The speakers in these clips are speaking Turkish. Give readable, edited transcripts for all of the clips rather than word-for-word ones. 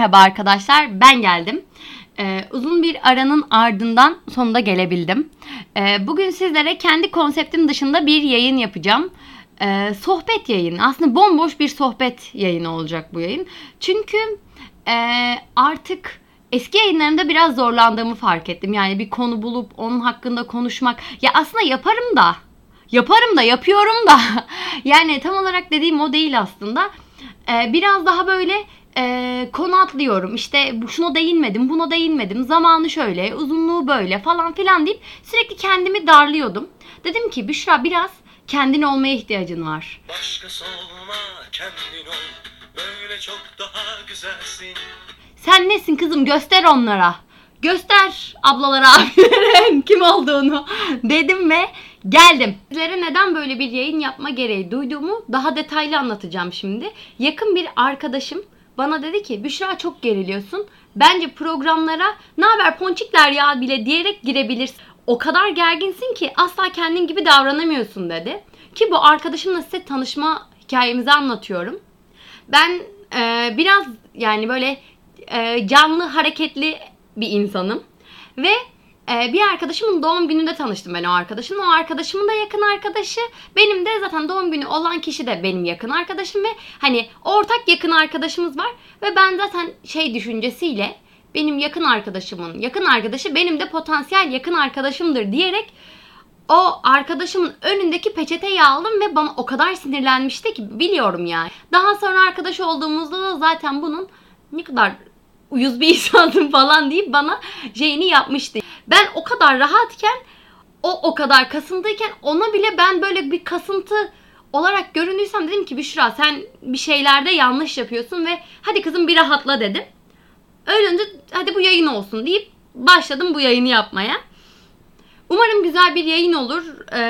Merhaba arkadaşlar, ben geldim. Uzun bir aranın ardından sonunda gelebildim. Bugün sizlere kendi konseptim dışında bir yayın yapacağım. Sohbet yayını. Aslında bomboş bir sohbet yayını olacak bu yayın. Çünkü artık eski yayınlarımda biraz zorlandığımı fark ettim. Yani bir konu bulup onun hakkında konuşmak. Ya aslında yapıyorum da yapıyorum da. Yani tam olarak dediğim o değil aslında. Biraz daha böyle konu atlıyorum. İşte şuna değinmedim, buna değinmedim. Zamanı şöyle, uzunluğu böyle falan filan deyip sürekli kendimi darlıyordum. Dedim ki Büşra, biraz kendin olmaya ihtiyacın var. Başkası olma, kendin ol. Böyle çok daha güzelsin. Sen nesin kızım, göster onlara. Göster ablalara, abilere kim olduğunu dedim ve geldim. Sizlere neden böyle bir yayın yapma gereği duyduğumu daha detaylı anlatacağım şimdi. Yakın bir arkadaşım bana dedi ki Büşra, çok geriliyorsun. Bence programlara "ne haber ponçikler ya" bile diyerek girebilirsin. O kadar gerginsin ki asla kendin gibi davranamıyorsun dedi. Ki bu arkadaşımla size tanışma hikayemizi anlatıyorum. Ben biraz yani böyle canlı, hareketli bir insanım. Ve bir arkadaşımın doğum gününde tanıştım ben o arkadaşımla. O arkadaşımın da yakın arkadaşı. Benim de zaten doğum günü olan kişi de benim yakın arkadaşım ve hani ortak yakın arkadaşımız var. Ve ben zaten düşüncesiyle benim yakın arkadaşımın yakın arkadaşı benim de potansiyel yakın arkadaşımdır diyerek o arkadaşımın önündeki peçeteyi aldım ve bana o kadar sinirlenmişti ki, biliyorum yani. Daha sonra arkadaş olduğumuzda da zaten bunun ne kadar uyuz bir insansın falan deyip bana yapmıştı. Ben o kadar rahatken, o kadar kasıntıyken ona bile ben böyle bir kasıntı olarak göründüysem dedim ki Büşra, sen bir şeylerde yanlış yapıyorsun ve hadi kızım bir rahatla dedim. Öyle önce hadi bu yayın olsun deyip başladım bu yayını yapmaya. Umarım güzel bir yayın olur.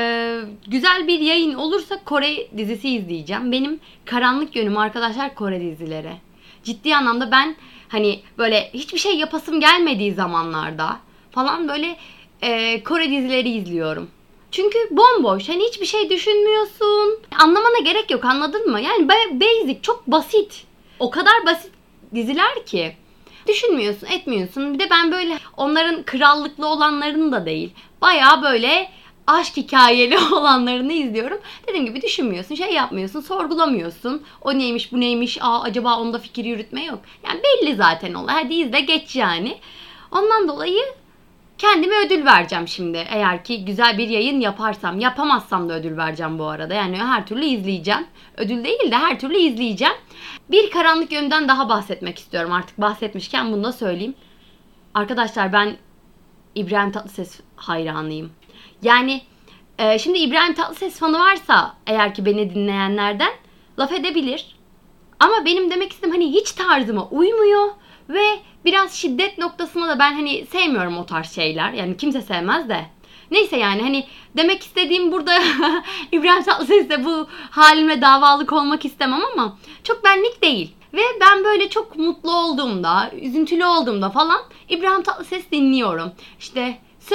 Güzel bir yayın olursa Kore dizisi izleyeceğim. Benim karanlık yönüm arkadaşlar Kore dizileri. Ciddi anlamda ben hani böyle hiçbir şey yapasım gelmediği zamanlarda falan böyle Kore dizileri izliyorum. Çünkü bomboş. Hani hiçbir şey düşünmüyorsun. Anlamana gerek yok, anladın mı? Yani basic, çok basit. O kadar basit diziler ki. Düşünmüyorsun, etmiyorsun. Bir de ben böyle onların krallıklı olanlarını da değil, bayağı böyle aşk hikayeli olanlarını izliyorum. Dediğim gibi düşünmüyorsun, yapmıyorsun, sorgulamıyorsun. O neymiş, bu neymiş, acaba onda fikir yürütme yok. Yani belli zaten olay. Hadi izle geç yani. Ondan dolayı kendime ödül vereceğim şimdi. Eğer ki güzel bir yayın yaparsam. Yapamazsam da ödül vereceğim bu arada. Yani her türlü izleyeceğim. Ödül değil de her türlü izleyeceğim. Bir karanlık yönden daha bahsetmek istiyorum. Artık bahsetmişken bunu da söyleyeyim. Arkadaşlar ben İbrahim Tatlıses hayranıyım. Yani şimdi İbrahim Tatlıses fanı varsa eğer ki beni dinleyenlerden laf edebilir. Ama benim demek istediğim hani hiç tarzıma uymuyor. Ve biraz şiddet noktasında da ben hani sevmiyorum o tarz şeyler. Yani kimse sevmez de. Neyse yani hani demek istediğim burada İbrahim Tatlıses'le bu halimle davalık olmak istemem ama çok benlik değil. Ve ben böyle çok mutlu olduğumda, üzüntülü olduğumda falan İbrahim Tatlıses dinliyorum. İşte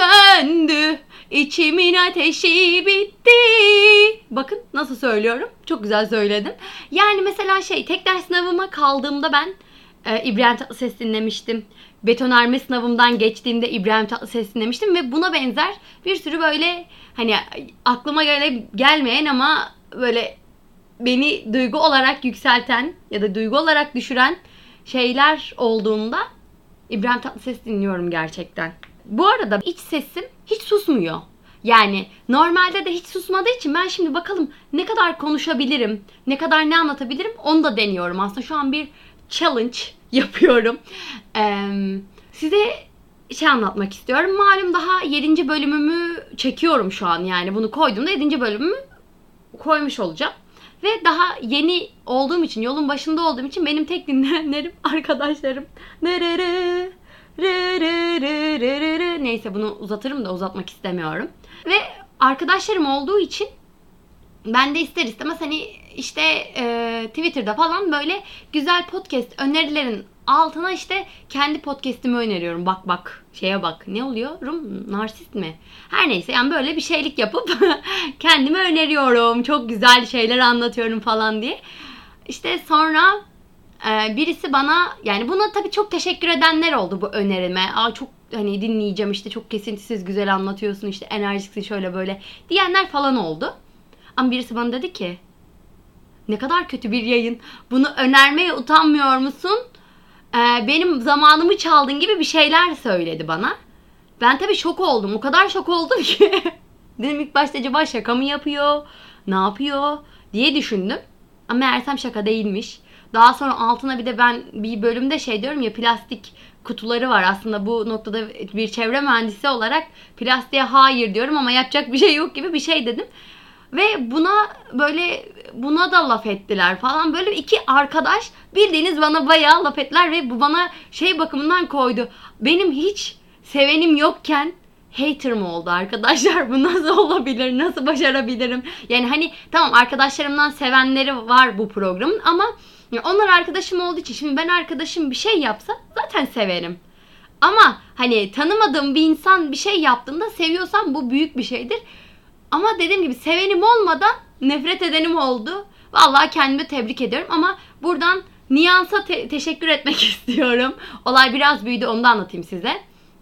söndü içimin ateşi bitti. Bakın nasıl söylüyorum. Çok güzel söyledim. Yani mesela tek ders sınavıma kaldığımda ben İbrahim Tatlıses dinlemiştim. Betonarme sınavımdan geçtiğimde İbrahim Tatlıses dinlemiştim ve buna benzer bir sürü böyle hani aklıma gelmeyen ama böyle beni duygu olarak yükselten ya da duygu olarak düşüren şeyler olduğunda İbrahim Tatlıses dinliyorum gerçekten. Bu arada iç sesim hiç susmuyor. Yani normalde de hiç susmadığı için ben şimdi bakalım ne kadar konuşabilirim, ne kadar ne anlatabilirim onu da deniyorum. Aslında şu an bir challenge yapıyorum. Size anlatmak istiyorum. Malum daha 7. bölümümü çekiyorum şu an. Yani bunu koyduğumda 7. bölümümü koymuş olacağım. Ve daha yeni olduğum için, yolun başında olduğum için benim tek dinleyenlerim arkadaşlarım. Neyse bunu uzatırım da uzatmak istemiyorum. Ve arkadaşlarım olduğu için ben de ister istemez hani Twitter'da falan böyle güzel podcast önerilerin altına kendi podcast'imi öneriyorum. Bak ne oluyorum? Narsist mi? Her neyse yani böyle bir şeylik yapıp kendime öneriyorum. Çok güzel şeyler anlatıyorum falan diye. Sonra birisi bana, yani buna tabii çok teşekkür edenler oldu bu önerime. Çok hani dinleyeceğim, işte çok kesintisiz güzel anlatıyorsun, işte enerjiksin şöyle böyle diyenler falan oldu. Ama birisi bana dedi ki, ne kadar kötü bir yayın, bunu önermeye utanmıyor musun? Benim zamanımı çaldın gibi bir şeyler söyledi bana. Ben tabii şok oldum. O kadar şok oldum ki. Dedim ilk başta acaba şaka mı yapıyor? Ne yapıyor? Diye düşündüm. Ama meğersem şaka değilmiş. Daha sonra altına bir de ben bir bölümde şey diyorum ya, plastik kutuları var. Aslında bu noktada bir çevre mühendisi olarak plastiğe hayır diyorum ama yapacak bir şey yok gibi bir şey dedim. Ve buna da laf ettiler falan. Böyle iki arkadaş bildiğiniz bana bayağı laf ettiler ve bu bana şey bakımından koydu. Benim hiç sevenim yokken hater mı oldu arkadaşlar? Bu nasıl olabilir? Nasıl başarabilirim? Yani hani tamam, arkadaşlarımdan sevenleri var bu programın ama onlar arkadaşım olduğu için, şimdi ben arkadaşım bir şey yapsa zaten severim. Ama hani tanımadığım bir insan bir şey yaptığında seviyorsam bu büyük bir şeydir. Ama dediğim gibi sevenim olmadan nefret edenim oldu. Vallahi kendimi tebrik ediyorum ama buradan Niyans'a teşekkür etmek istiyorum. Olay biraz büyüdü, onu da anlatayım size.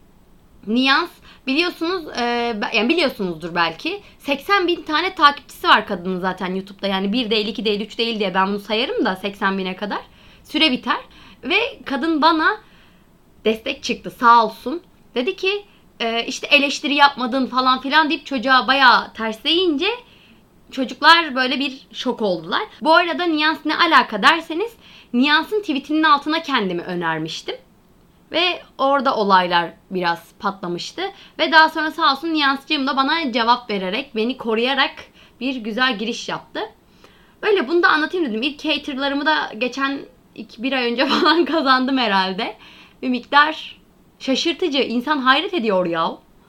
Niyans biliyorsunuz, yani biliyorsunuzdur belki, 80.000 tane takipçisi var kadının zaten YouTube'da. Yani 1 değil, 2 değil, 3 değil diye ben bunu sayarım da 80.000'e kadar süre biter. Ve kadın bana destek çıktı sağ olsun. Dedi ki işte eleştiri yapmadın falan filan deyip çocuğa bayağı tersleyince çocuklar böyle bir şok oldular. Bu arada Niyans ne alaka derseniz, Niyans'ın tweetinin altına kendimi önermiştim. Ve orada olaylar biraz patlamıştı. Ve daha sonra sağ olsun Niyans'cığım da bana cevap vererek, beni koruyarak bir güzel giriş yaptı. Öyle, bunu da anlatayım dedim. İlk haterlarımı da geçen bir ay önce falan kazandım herhalde. Bir miktar şaşırtıcı. İnsan hayret ediyor ya.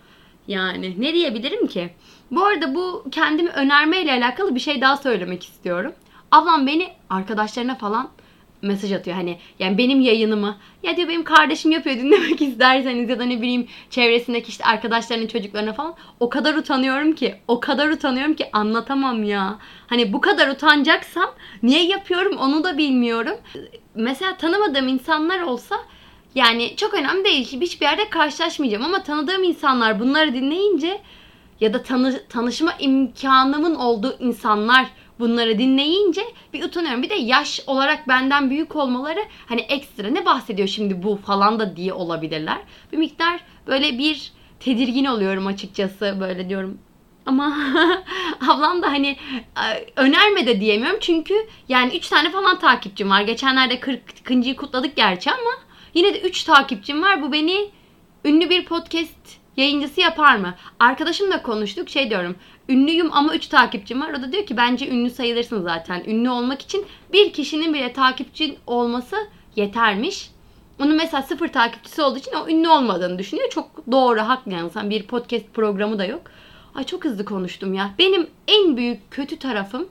Yani ne diyebilirim ki? Bu arada bu kendimi önermeyle alakalı bir şey daha söylemek istiyorum. Ablam beni arkadaşlarına falan mesaj atıyor. Hani yani benim yayınımı, ya diyor benim kardeşim yapıyor, dinlemek isterseniz, ya da ne bileyim çevresindeki işte arkadaşlarının çocuklarına falan. O kadar utanıyorum ki anlatamam ya. Hani bu kadar utanacaksam niye yapıyorum onu da bilmiyorum. Mesela tanımadığım insanlar olsa yani çok önemli değil, hiçbir yerde karşılaşmayacağım ama tanıdığım insanlar bunları dinleyince ya da tanışma imkanımın olduğu insanlar bunları dinleyince bir utanıyorum. Bir de yaş olarak benden büyük olmaları hani ekstra, ne bahsediyor şimdi bu falan da diye olabilirler. Bir miktar böyle bir tedirgin oluyorum açıkçası, böyle diyorum. Ama ablam da hani önerme de diyemiyorum çünkü yani 3 tane falan takipçim var. Geçenlerde 40'ıncıyı kutladık gerçi ama yine de 3 takipçim var. Bu beni ünlü bir podcast yayıncısı yapar mı? Arkadaşımla konuştuk, şey diyorum. Ünlüyüm ama 3 takipçim var. O da diyor ki bence ünlü sayılırsın zaten. Ünlü olmak için bir kişinin bile takipçin olması yetermiş. Onun mesela 0 takipçisi olduğu için o ünlü olmadığını düşünüyor. Çok doğru, haklı yani. Bir podcast programı da yok. Ay çok hızlı konuştum ya. Benim en büyük kötü tarafım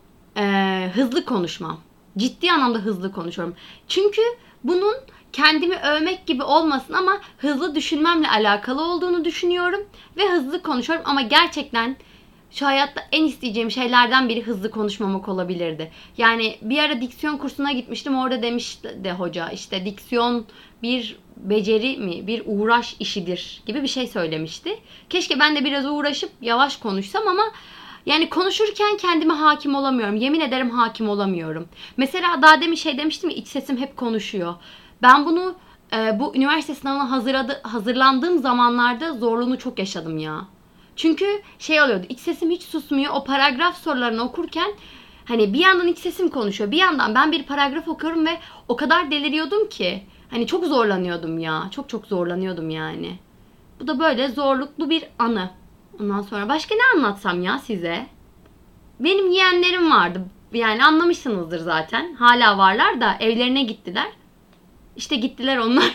hızlı konuşmam. Ciddi anlamda hızlı konuşuyorum. Çünkü bunun kendimi övmek gibi olmasın ama hızlı düşünmemle alakalı olduğunu düşünüyorum. Ve hızlı konuşuyorum ama gerçekten şu hayatta en isteyeceğim şeylerden biri hızlı konuşmamak olabilirdi. Yani bir ara diksiyon kursuna gitmiştim. Orada demişti hoca, işte diksiyon bir beceri mi, bir uğraş işidir gibi bir şey söylemişti. Keşke ben de biraz uğraşıp yavaş konuşsam ama yani konuşurken kendime hakim olamıyorum. Yemin ederim hakim olamıyorum. Mesela daha demin şey demiştim ya, iç sesim hep konuşuyor. Ben bunu bu üniversite sınavına hazırlandığım zamanlarda zorluğunu çok yaşadım ya. Çünkü şey oluyordu, iç sesim hiç susmuyor. O paragraf sorularını okurken hani bir yandan iç sesim konuşuyor, bir yandan ben bir paragraf okuyorum ve o kadar deliriyordum ki hani çok zorlanıyordum ya. Çok zorlanıyordum yani. Bu da böyle zorluklu bir anı. Ondan sonra başka ne anlatsam ya size? Benim yeğenlerim vardı. Yani anlamışsınızdır zaten. Hala varlar da evlerine gittiler. İşte gittiler onlar.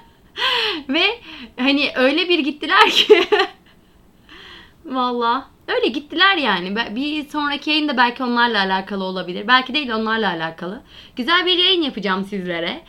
Ve hani öyle bir gittiler ki valla öyle gittiler yani. Bir sonraki yayın da belki onlarla alakalı olabilir. Belki değil, onlarla alakalı. Güzel bir yayın yapacağım sizlere.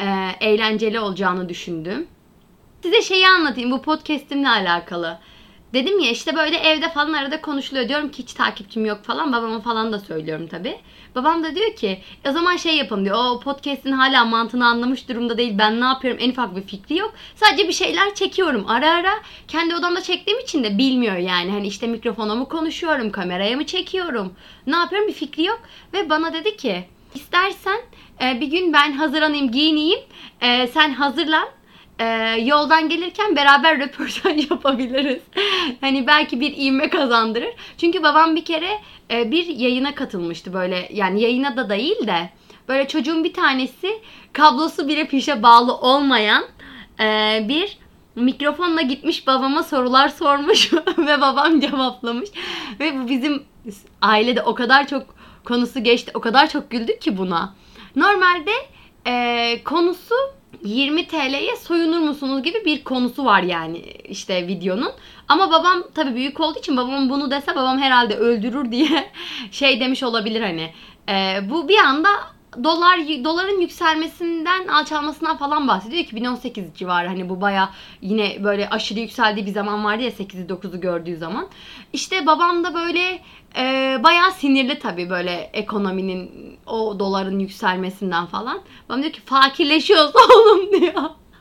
Eğlenceli olacağını düşündüm. Size şeyi anlatayım, bu podcast'imle alakalı. Dedim ya işte böyle evde falan arada konuşuluyor. Diyorum ki hiç takipçim yok falan. Babama falan da söylüyorum tabii. Babam da diyor ki o zaman şey yapın diyor. O podcast'in hala mantığını anlamış durumda değil. Ben ne yapıyorum en ufak bir fikri yok. Sadece bir şeyler çekiyorum. Ara ara kendi odamda çektiğim için de bilmiyor yani. Hani işte mikrofona mı konuşuyorum, kameraya mı çekiyorum. Ne yapıyorum bir fikri yok. Ve bana dedi ki istersen bir gün ben hazırlanayım, giyineyim. Sen hazırlan. Yoldan gelirken beraber röportaj yapabiliriz. Hani belki bir ivme kazandırır. Çünkü babam bir kere bir yayına katılmıştı böyle. Yani yayına da değil de böyle çocuğun bir tanesi kablosu bile fişe bağlı olmayan bir mikrofonla gitmiş babama sorular sormuş ve babam cevaplamış. Ve bu bizim ailede o kadar çok konusu geçti. O kadar çok güldük ki buna. Normalde konusu 20 TL'ye soyunur musunuz gibi bir konusu var yani işte videonun. Ama babam tabii büyük olduğu için babam bunu dese babam herhalde öldürür diye şey demiş olabilir hani. Bu bir anda doların yükselmesinden alçalmasından falan bahsediyor. 2018 civarı hani bu baya yine böyle aşırı yükseldiği bir zaman vardı ya 8'i 9'u gördüğü zaman. İşte babam da böyle bayağı sinirli tabii böyle ekonominin o doların yükselmesinden falan. Babam diyor ki fakirleşiyoruz oğlum diyor.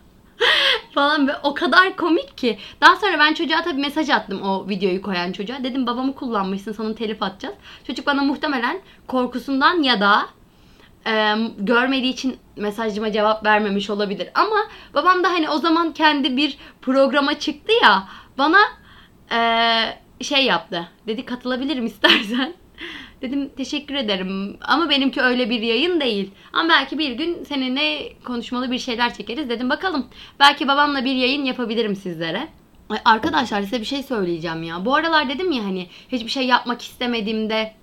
Falan ve o kadar komik ki. Daha sonra ben çocuğa tabii mesaj attım o videoyu koyan çocuğa. Dedim babamı kullanmışsın sana telif atacağız. Çocuk bana muhtemelen korkusundan ya da görmediği için mesajıma cevap vermemiş olabilir. Ama babam da hani o zaman kendi bir programa çıktı ya bana şey yaptı. Dedi katılabilirim istersen. Dedim teşekkür ederim ama benimki öyle bir yayın değil. Ama belki bir gün seninle konuşmalı bir şeyler çekeriz. Dedim bakalım. Belki babamla bir yayın yapabilirim sizlere. Ay arkadaşlar size bir şey söyleyeceğim ya. Bu aralar dedim ya hani hiçbir şey yapmak istemediğimde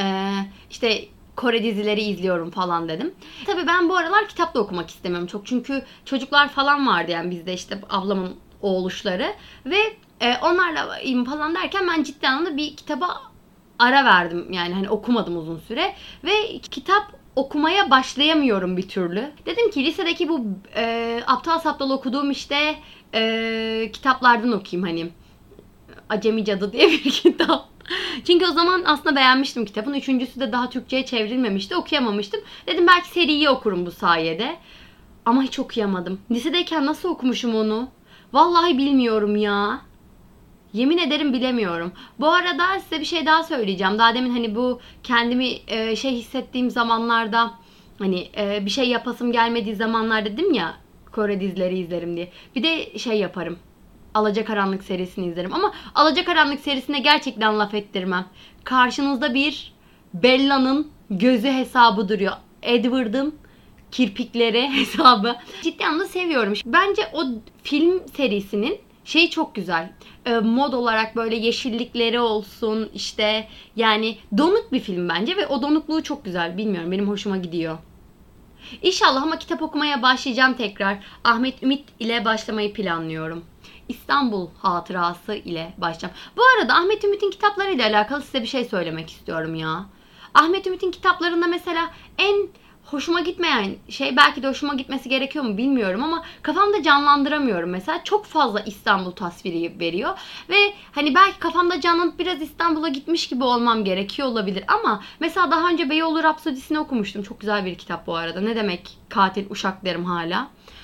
işte Kore dizileri izliyorum falan dedim. Tabii ben bu aralar kitap da okumak istemiyorum çok. Çünkü çocuklar falan vardı yani bizde işte ablamın oğluşları. Ve onlarla falan derken ben ciddi anlamda bir kitaba ara verdim. Yani hani okumadım uzun süre. Ve kitap okumaya başlayamıyorum bir türlü. Dedim ki lisedeki bu aptal saptal okuduğum işte kitaplardan okuyayım hani. Acemi Cadı diye bir kitap. Çünkü o zaman aslında beğenmiştim kitabın. Üçüncüsü de daha Türkçe'ye çevrilmemişti. Okuyamamıştım. Dedim belki seriyi okurum bu sayede. Ama hiç okuyamadım. Lisedeyken nasıl okumuşum onu? Vallahi bilmiyorum ya. Yemin ederim bilemiyorum. Bu arada size bir şey daha söyleyeceğim. Daha demin hani bu kendimi şey hissettiğim zamanlarda hani bir şey yapasım gelmediği zamanlar dedim ya Kore dizileri izlerim diye. Bir de şey yaparım. Alacakaranlık serisini izlerim. Ama Alacakaranlık serisine gerçekten laf ettirmem. Karşınızda bir Bella'nın gözü hesabı duruyor. Edward'ın kirpikleri hesabı. Ciddi anlamda seviyorum. Bence o film serisinin şeyi çok güzel. Mod olarak böyle yeşillikleri olsun işte yani donuk bir film bence ve o donukluğu çok güzel. Bilmiyorum benim hoşuma gidiyor. İnşallah ama kitap okumaya başlayacağım tekrar. Ahmet Ümit ile başlamayı planlıyorum. İstanbul Hatırası ile başlayacağım. Bu arada Ahmet Ümit'in kitaplarıyla alakalı size bir şey söylemek istiyorum ya. Ahmet Ümit'in kitaplarında mesela en hoşuma gitmeyen şey belki de hoşuma gitmesi gerekiyor mu bilmiyorum ama kafamda canlandıramıyorum mesela. Çok fazla İstanbul tasviri veriyor ve hani belki kafamda canlanıp biraz İstanbul'a gitmiş gibi olmam gerekiyor olabilir ama mesela daha önce Beyoğlu Rapsodisi'ni okumuştum. Çok güzel bir kitap bu arada. Ne demek katil uşak derim hala.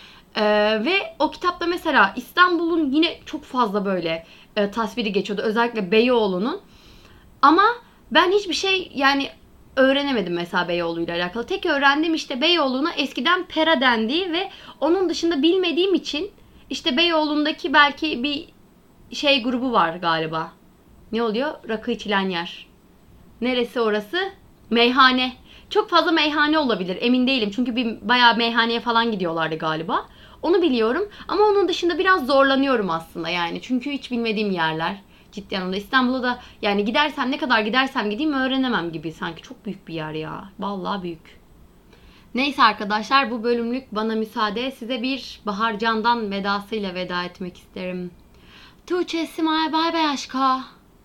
Ve o kitapta mesela İstanbul'un yine çok fazla böyle tasviri geçiyordu. Özellikle Beyoğlu'nun. Ama ben hiçbir şey yani öğrenemedim mesela Beyoğlu ile alakalı. Tek öğrendiğim işte Beyoğlu'na eskiden Pera dendiği ve onun dışında bilmediğim için işte Beyoğlu'ndaki belki bir şey grubu var galiba. Ne oluyor? Rakı içilen yer. Neresi orası? Meyhane. Çok fazla meyhane olabilir. Emin değilim. Çünkü bayağı meyhaneye falan gidiyorlardı galiba. Onu biliyorum. Ama onun dışında biraz zorlanıyorum aslında yani. Çünkü hiç bilmediğim yerler. Ciddi anlamda İstanbul'a da yani gidersem ne kadar gidersem gideyim öğrenemem gibi. Sanki çok büyük bir yer ya. Vallahi büyük. Neyse arkadaşlar bu bölümlük bana müsaade. Size bir Bahar Can'dan vedasıyla veda etmek isterim. Tuğçe Simay bay bay aşka.